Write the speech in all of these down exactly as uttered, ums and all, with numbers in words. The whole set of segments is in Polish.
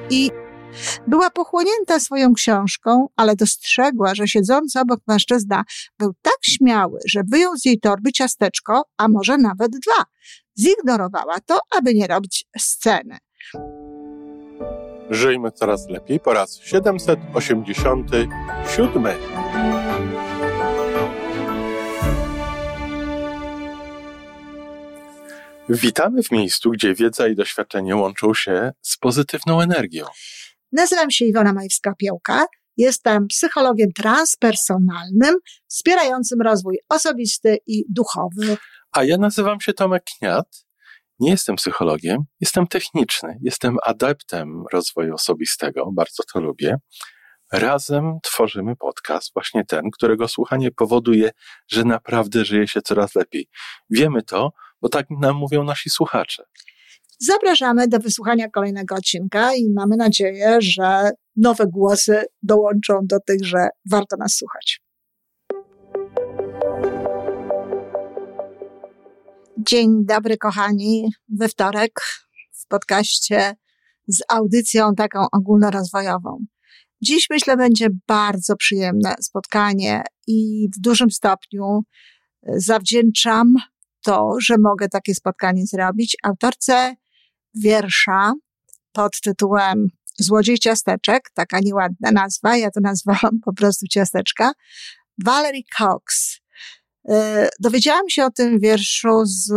i była pochłonięta swoją książką, ale dostrzegła, że siedzący obok mężczyzna był tak śmiały, że wyjął z jej torby ciasteczko, a może nawet dwa. Zignorowała to, aby nie robić sceny. Żyjmy coraz lepiej po raz siedemset osiemdziesiąty siódmy. Witamy w miejscu, gdzie wiedza i doświadczenie łączą się z pozytywną energią. Nazywam się Iwona Majewska-Piołka. Jestem psychologiem transpersonalnym, wspierającym rozwój osobisty i duchowy. A ja nazywam się Tomek Kniat. Nie jestem psychologiem, jestem techniczny, jestem adeptem rozwoju osobistego, bardzo to lubię. Razem tworzymy podcast, właśnie ten, którego słuchanie powoduje, że naprawdę żyje się coraz lepiej. Wiemy to, bo tak nam mówią nasi słuchacze. Zapraszamy do wysłuchania kolejnego odcinka i mamy nadzieję, że nowe głosy dołączą do tych, że warto nas słuchać. Dzień dobry, kochani. We wtorek w podcaście z audycją taką ogólnorozwojową. Dziś, myślę, będzie bardzo przyjemne spotkanie i w dużym stopniu zawdzięczam to, że mogę takie spotkanie zrobić autorce wiersza pod tytułem Złodziej ciasteczek, taka nieładna nazwa, ja to nazwałam po prostu ciasteczka, Valerie Cox. Dowiedziałam się o tym wierszu z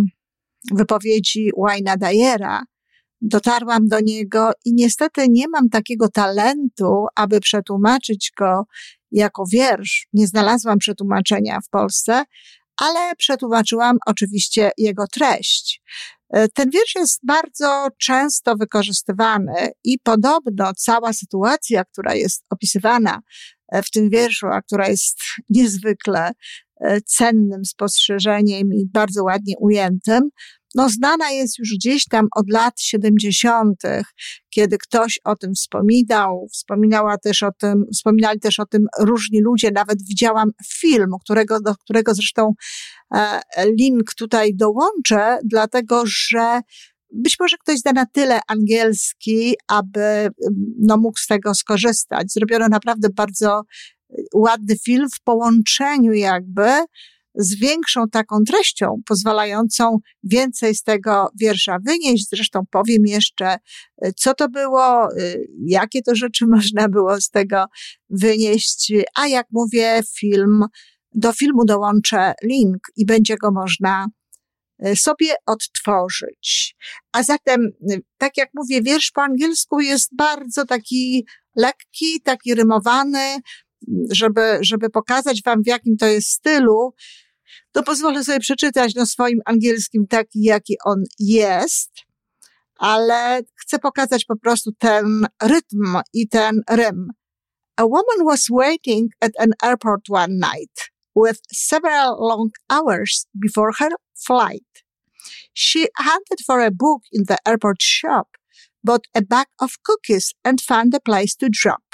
wypowiedzi Wayne'a Dyera. Dotarłam do niego i niestety nie mam takiego talentu, aby przetłumaczyć go jako wiersz. Nie znalazłam przetłumaczenia w Polsce, ale przetłumaczyłam oczywiście jego treść. Ten wiersz jest bardzo często wykorzystywany i podobno cała sytuacja, która jest opisywana w tym wierszu, a która jest niezwykle cennym spostrzeżeniem i bardzo ładnie ujętym, no znana jest już gdzieś tam od lat siedemdziesiątych, kiedy ktoś o tym wspominał, wspominała też o tym, wspominali też o tym różni ludzie, nawet widziałam film, którego, do którego zresztą e, link tutaj dołączę, dlatego że być może ktoś zna na tyle angielski, aby no, mógł z tego skorzystać. Zrobiono naprawdę bardzo ładny film w połączeniu jakby z większą taką treścią, pozwalającą więcej z tego wiersza wynieść. Zresztą powiem jeszcze, co to było, jakie to rzeczy można było z tego wynieść. A jak mówię, film, do filmu dołączę link i będzie go można sobie odtworzyć. A zatem, tak jak mówię, wiersz po angielsku jest bardzo taki lekki, taki rymowany. Żeby, żeby pokazać wam, w jakim to jest stylu, to pozwolę sobie przeczytać na swoim angielskim taki, jaki on jest, ale chcę pokazać po prostu ten rytm i ten rym. A woman was waiting at an airport one night with several long hours before her flight. She hunted for a book in the airport shop, bought a bag of cookies and found a place to drop.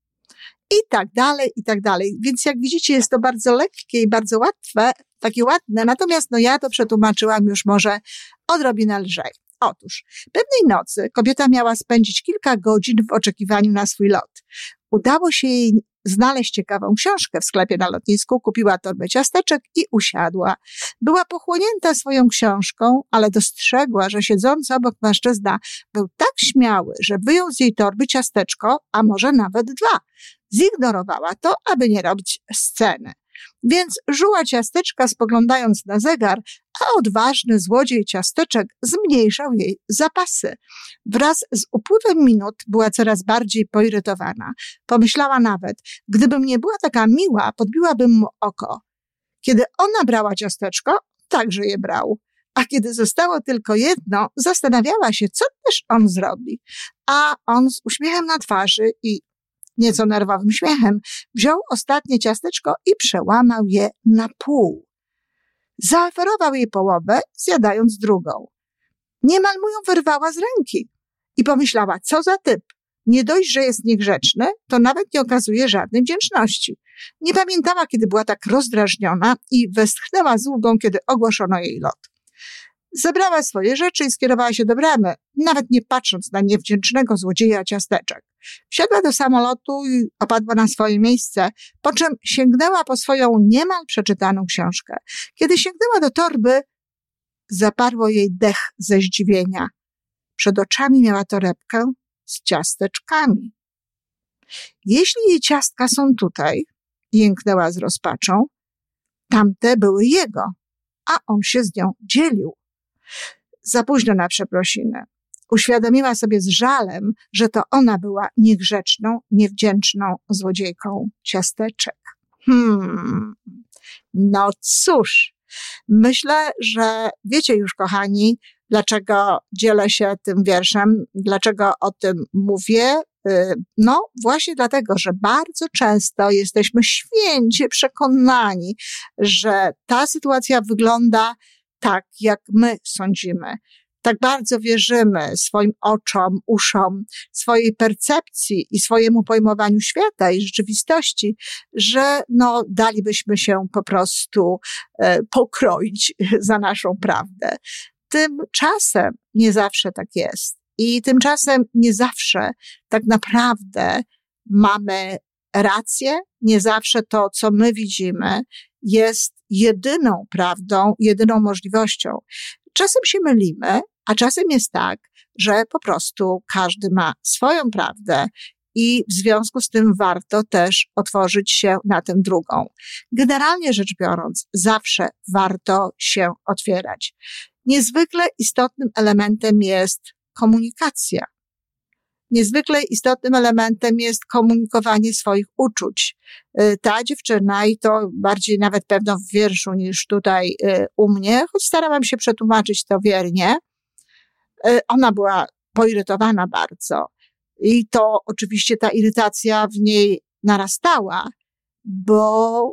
I tak dalej, i tak dalej. Więc jak widzicie, jest to bardzo lekkie i bardzo łatwe, takie ładne, natomiast no ja to przetłumaczyłam już może odrobinę lżej. Otóż, pewnej nocy kobieta miała spędzić kilka godzin w oczekiwaniu na swój lot. Udało się jej znaleźć ciekawą książkę w sklepie na lotnisku, kupiła torbę ciasteczek i usiadła. Była pochłonięta swoją książką, ale dostrzegła, że siedzący obok mężczyzna był tak śmiały, że wyjął z jej torby ciasteczko, a może nawet dwa. Zignorowała to, aby nie robić sceny. Więc żuła ciasteczka, spoglądając na zegar, a odważny złodziej ciasteczek zmniejszał jej zapasy. Wraz z upływem minut była coraz bardziej poirytowana. Pomyślała nawet, gdybym nie była taka miła, podbiłabym mu oko. Kiedy ona brała ciasteczko, także je brał. A kiedy zostało tylko jedno, zastanawiała się, co też on zrobi. A on z uśmiechem na twarzy i nieco nerwowym śmiechem wziął ostatnie ciasteczko i przełamał je na pół. Zaoferował jej połowę, zjadając drugą. Niemal mu ją wyrwała z ręki i pomyślała, co za typ. Nie dość, że jest niegrzeczny, to nawet nie okazuje żadnej wdzięczności. Nie pamiętała, kiedy była tak rozdrażniona i westchnęła z ulgą, kiedy ogłoszono jej lot. Zebrała swoje rzeczy i skierowała się do bramy, nawet nie patrząc na niewdzięcznego złodzieja ciasteczek. Wsiadła do samolotu i opadła na swoje miejsce, po czym sięgnęła po swoją niemal przeczytaną książkę. Kiedy sięgnęła do torby, zaparło jej dech ze zdziwienia. Przed oczami miała torebkę z ciasteczkami. Jeśli jej ciastka są tutaj, jęknęła z rozpaczą, tamte były jego, a on się z nią dzielił. Za późno na przeprosiny. Uświadomiła sobie z żalem, że to ona była niegrzeczną, niewdzięczną złodziejką ciasteczek. Hmm, no cóż, myślę, że wiecie już, kochani, dlaczego dzielę się tym wierszem, dlaczego o tym mówię. No właśnie dlatego, że bardzo często jesteśmy święcie przekonani, że ta sytuacja wygląda tak, jak my sądzimy. Tak bardzo wierzymy swoim oczom, uszom, swojej percepcji i swojemu pojmowaniu świata i rzeczywistości, że no dalibyśmy się po prostu e, pokroić za naszą prawdę. Tymczasem nie zawsze tak jest. I tymczasem nie zawsze tak naprawdę mamy rację, nie zawsze to, co my widzimy, jest jedyną prawdą, jedyną możliwością. Czasem się mylimy, a czasem jest tak, że po prostu każdy ma swoją prawdę i w związku z tym warto też otworzyć się na tę drugą. Generalnie rzecz biorąc, zawsze warto się otwierać. Niezwykle istotnym elementem jest komunikacja. Niezwykle istotnym elementem jest komunikowanie swoich uczuć. Ta dziewczyna, i to bardziej nawet pewno w wierszu niż tutaj u mnie, choć starałam się przetłumaczyć to wiernie, ona była poirytowana bardzo. I to oczywiście ta irytacja w niej narastała, bo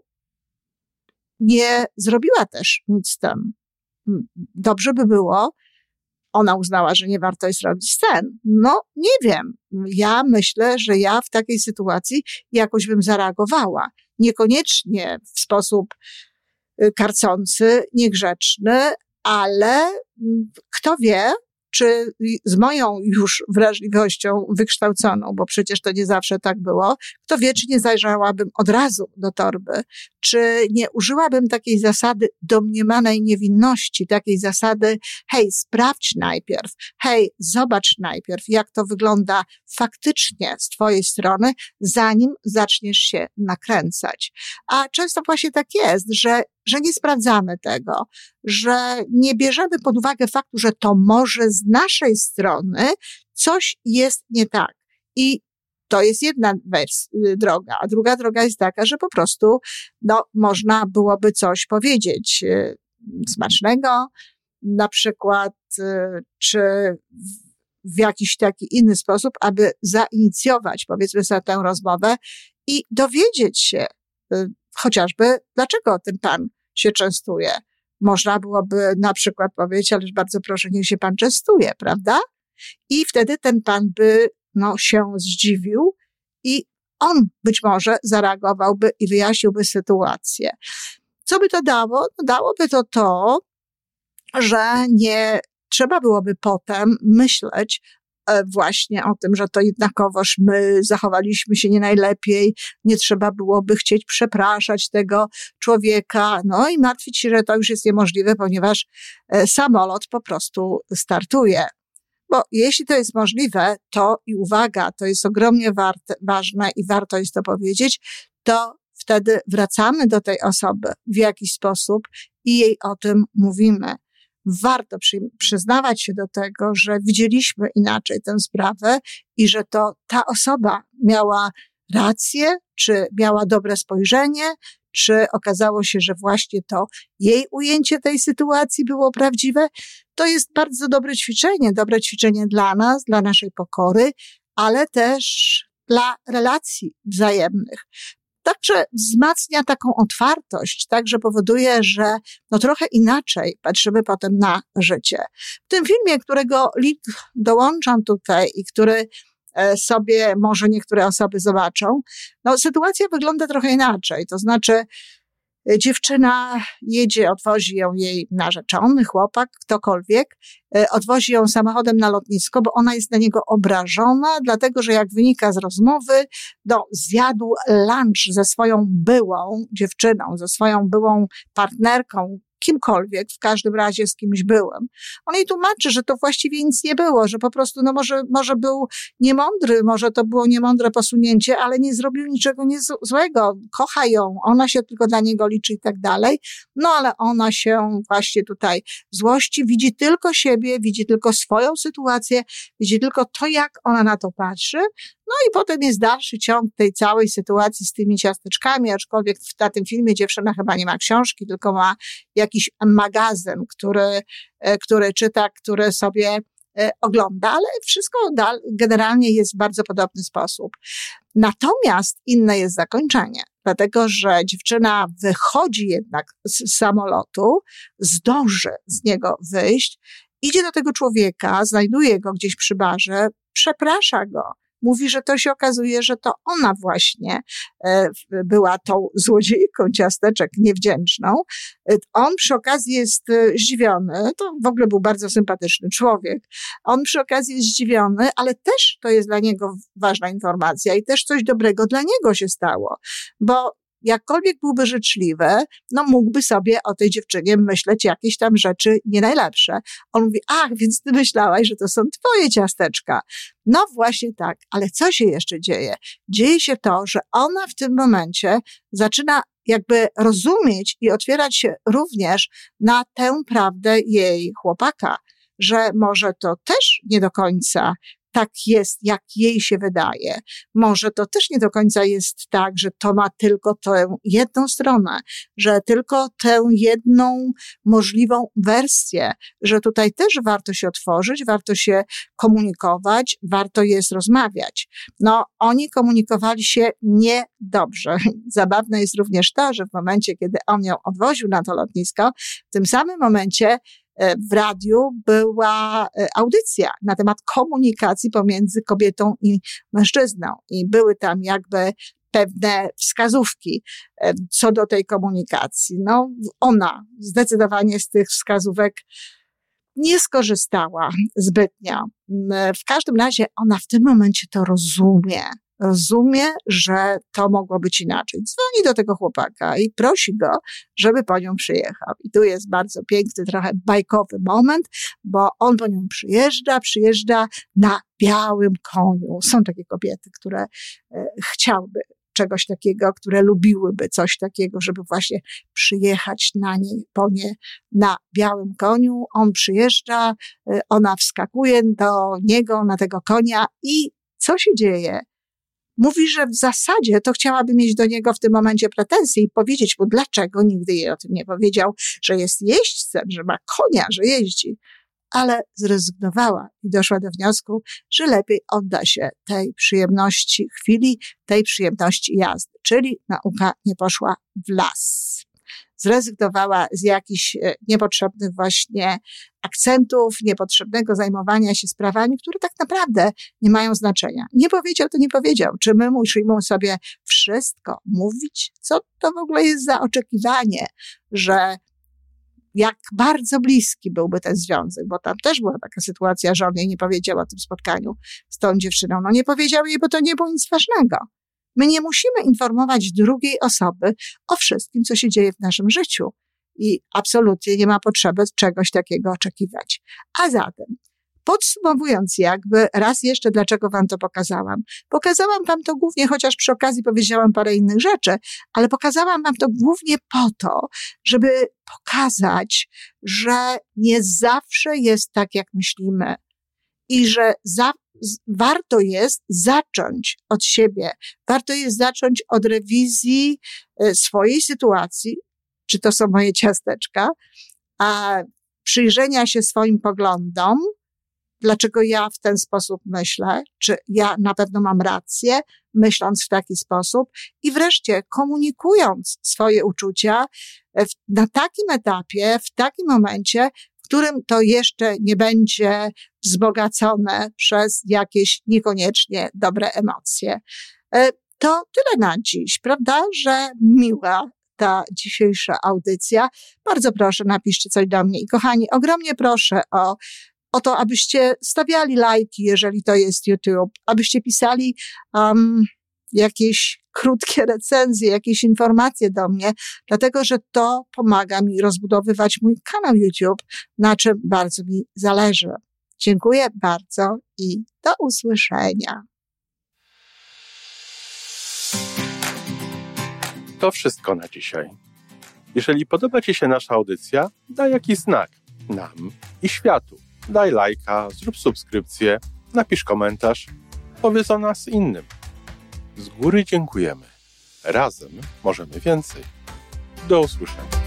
nie zrobiła też nic z tym. Dobrze by było, ona uznała, że nie warto jest robić scen. No, nie wiem. Ja myślę, że ja w takiej sytuacji jakoś bym zareagowała. Niekoniecznie w sposób karcący, niegrzeczny, ale kto wie, czy z moją już wrażliwością wykształconą, bo przecież to nie zawsze tak było, kto wie, czy nie zajrzałabym od razu do torby, czy nie użyłabym takiej zasady domniemanej niewinności, takiej zasady, hej, sprawdź najpierw, hej, zobacz najpierw, jak to wygląda faktycznie z twojej strony, zanim zaczniesz się nakręcać. A często właśnie tak jest, że że nie sprawdzamy tego, że nie bierzemy pod uwagę faktu, że to może z naszej strony coś jest nie tak. I to jest jedna wers- droga, a druga droga jest taka, że po prostu no, można byłoby coś powiedzieć y, smacznego, na przykład, y, czy w, w jakiś taki inny sposób, aby zainicjować, powiedzmy sobie, tę rozmowę i dowiedzieć się, y, chociażby, dlaczego ten pan się częstuje. Można byłoby na przykład powiedzieć, ależ bardzo proszę, niech się pan częstuje, prawda? I wtedy ten pan by, no, się zdziwił i on być może zareagowałby i wyjaśniłby sytuację. Co by to dało? No, dałoby to to, że nie trzeba byłoby potem myśleć właśnie o tym, że to jednakowoż my zachowaliśmy się nie najlepiej, nie trzeba byłoby chcieć przepraszać tego człowieka, no i martwić się, że to już jest niemożliwe, ponieważ samolot po prostu startuje. Bo jeśli to jest możliwe, to i uwaga, to jest ogromnie warte, ważne i warto jest to powiedzieć, to wtedy wracamy do tej osoby w jakiś sposób i jej o tym mówimy. Warto przy, przyznawać się do tego, że widzieliśmy inaczej tę sprawę i że to ta osoba miała rację, czy miała dobre spojrzenie, czy okazało się, że właśnie to jej ujęcie tej sytuacji było prawdziwe. To jest bardzo dobre ćwiczenie, dobre ćwiczenie dla nas, dla naszej pokory, ale też dla relacji wzajemnych. Także wzmacnia taką otwartość, także powoduje, że no trochę inaczej patrzymy potem na życie. W tym filmie, którego link dołączam tutaj i który sobie może niektóre osoby zobaczą, no sytuacja wygląda trochę inaczej. To znaczy Dziewczyna jedzie, odwozi ją jej narzeczony, chłopak, ktokolwiek, odwozi ją samochodem na lotnisko, bo ona jest na niego obrażona, dlatego że jak wynika z rozmowy, no, zjadł lunch ze swoją byłą dziewczyną, ze swoją byłą partnerką, kimkolwiek, w każdym razie z kimś byłem. On jej tłumaczy, że to właściwie nic nie było, że po prostu, no może, może był niemądry, może to było niemądre posunięcie, ale nie zrobił niczego nie złego. Kocha ją, ona się tylko dla niego liczy i tak dalej. No ale ona się właśnie tutaj złości, widzi tylko siebie, widzi tylko swoją sytuację, widzi tylko to, jak ona na to patrzy. No i potem jest dalszy ciąg tej całej sytuacji z tymi ciasteczkami, aczkolwiek na tym filmie dziewczyna chyba nie ma książki, tylko ma jakiś magazyn, który, który czyta, który sobie ogląda, ale wszystko generalnie jest w bardzo podobny sposób. Natomiast inne jest zakończenie, dlatego że dziewczyna wychodzi jednak z samolotu, zdąży z niego wyjść, idzie do tego człowieka, znajduje go gdzieś przy barze, przeprasza go. Mówi, że to się okazuje, że to ona właśnie była tą złodziejką ciasteczek niewdzięczną. On przy okazji jest zdziwiony, to w ogóle był bardzo sympatyczny człowiek. On przy okazji jest zdziwiony, ale też to jest dla niego ważna informacja i też coś dobrego dla niego się stało, bo jakkolwiek byłby życzliwy, no mógłby sobie o tej dziewczynie myśleć jakieś tam rzeczy nie najlepsze. On mówi, ach, więc ty myślałaś, że to są twoje ciasteczka. No właśnie tak, ale co się jeszcze dzieje? Dzieje się to, że ona w tym momencie zaczyna jakby rozumieć i otwierać się również na tę prawdę jej chłopaka, że może to też nie do końca tak jest, jak jej się wydaje. Może to też nie do końca jest tak, że to ma tylko tę jedną stronę, że tylko tę jedną możliwą wersję, że tutaj też warto się otworzyć, warto się komunikować, warto jest rozmawiać. No, oni komunikowali się niedobrze. Zabawne jest również to, że w momencie, kiedy on ją odwoził na to lotnisko, w tym samym momencie w radiu była audycja na temat komunikacji pomiędzy kobietą i mężczyzną i były tam jakby pewne wskazówki co do tej komunikacji. No, ona zdecydowanie z tych wskazówek nie skorzystała zbytnio. W każdym razie ona w tym momencie to rozumie. Rozumie, że to mogło być inaczej. Dzwoni do tego chłopaka i prosi go, żeby po nią przyjechał. I tu jest bardzo piękny, trochę bajkowy moment, bo on po nią przyjeżdża, przyjeżdża na białym koniu. Są takie kobiety, które e, chciałyby czegoś takiego, które lubiłyby coś takiego, żeby właśnie przyjechać na nie, po nie na białym koniu. On przyjeżdża, e, ona wskakuje do niego, na tego konia i co się dzieje? Mówi, że w zasadzie to chciałaby mieć do niego w tym momencie pretensje i powiedzieć mu, dlaczego nigdy jej o tym nie powiedział, że jest jeźdźcem, że ma konia, że jeździ. Ale zrezygnowała i doszła do wniosku, że lepiej odda się tej przyjemności chwili, tej przyjemności jazdy. Czyli nauka nie poszła w las. Zrezygnowała z jakichś niepotrzebnych właśnie akcentów, niepotrzebnego zajmowania się sprawami, które tak naprawdę nie mają znaczenia. Nie powiedział, to nie powiedział. Czy my musimy sobie wszystko mówić? Co to w ogóle jest za oczekiwanie, że jak bardzo bliski byłby ten związek, bo tam też była taka sytuacja, że on jej nie powiedział o tym spotkaniu z tą dziewczyną. No nie powiedział jej, bo to nie było nic ważnego. My nie musimy informować drugiej osoby o wszystkim, co się dzieje w naszym życiu i absolutnie nie ma potrzeby czegoś takiego oczekiwać. A zatem, podsumowując jakby raz jeszcze, dlaczego wam to pokazałam. Pokazałam wam to głównie, chociaż przy okazji powiedziałam parę innych rzeczy, ale pokazałam wam to głównie po to, żeby pokazać, że nie zawsze jest tak, jak myślimy i że za warto jest zacząć od siebie, warto jest zacząć od rewizji swojej sytuacji, czy to są moje ciasteczka, a przyjrzenia się swoim poglądom, dlaczego ja w ten sposób myślę, czy ja na pewno mam rację, myśląc w taki sposób i wreszcie komunikując swoje uczucia na takim etapie, w takim momencie, w którym to jeszcze nie będzie wzbogacone przez jakieś niekoniecznie dobre emocje. To tyle na dziś, prawda, że miła ta dzisiejsza audycja. Bardzo proszę, napiszcie coś do mnie. I kochani, ogromnie proszę o, o to, abyście stawiali lajki, jeżeli to jest YouTube, abyście pisali um, jakieś krótkie recenzje, jakieś informacje do mnie, dlatego że to pomaga mi rozbudowywać mój kanał YouTube, na czym bardzo mi zależy. Dziękuję bardzo i do usłyszenia. To wszystko na dzisiaj. Jeżeli podoba Ci się nasza audycja, daj jakiś znak nam i światu. Daj lajka, zrób subskrypcję, napisz komentarz, powiedz o nas innym. Z góry dziękujemy. Razem możemy więcej. Do usłyszenia.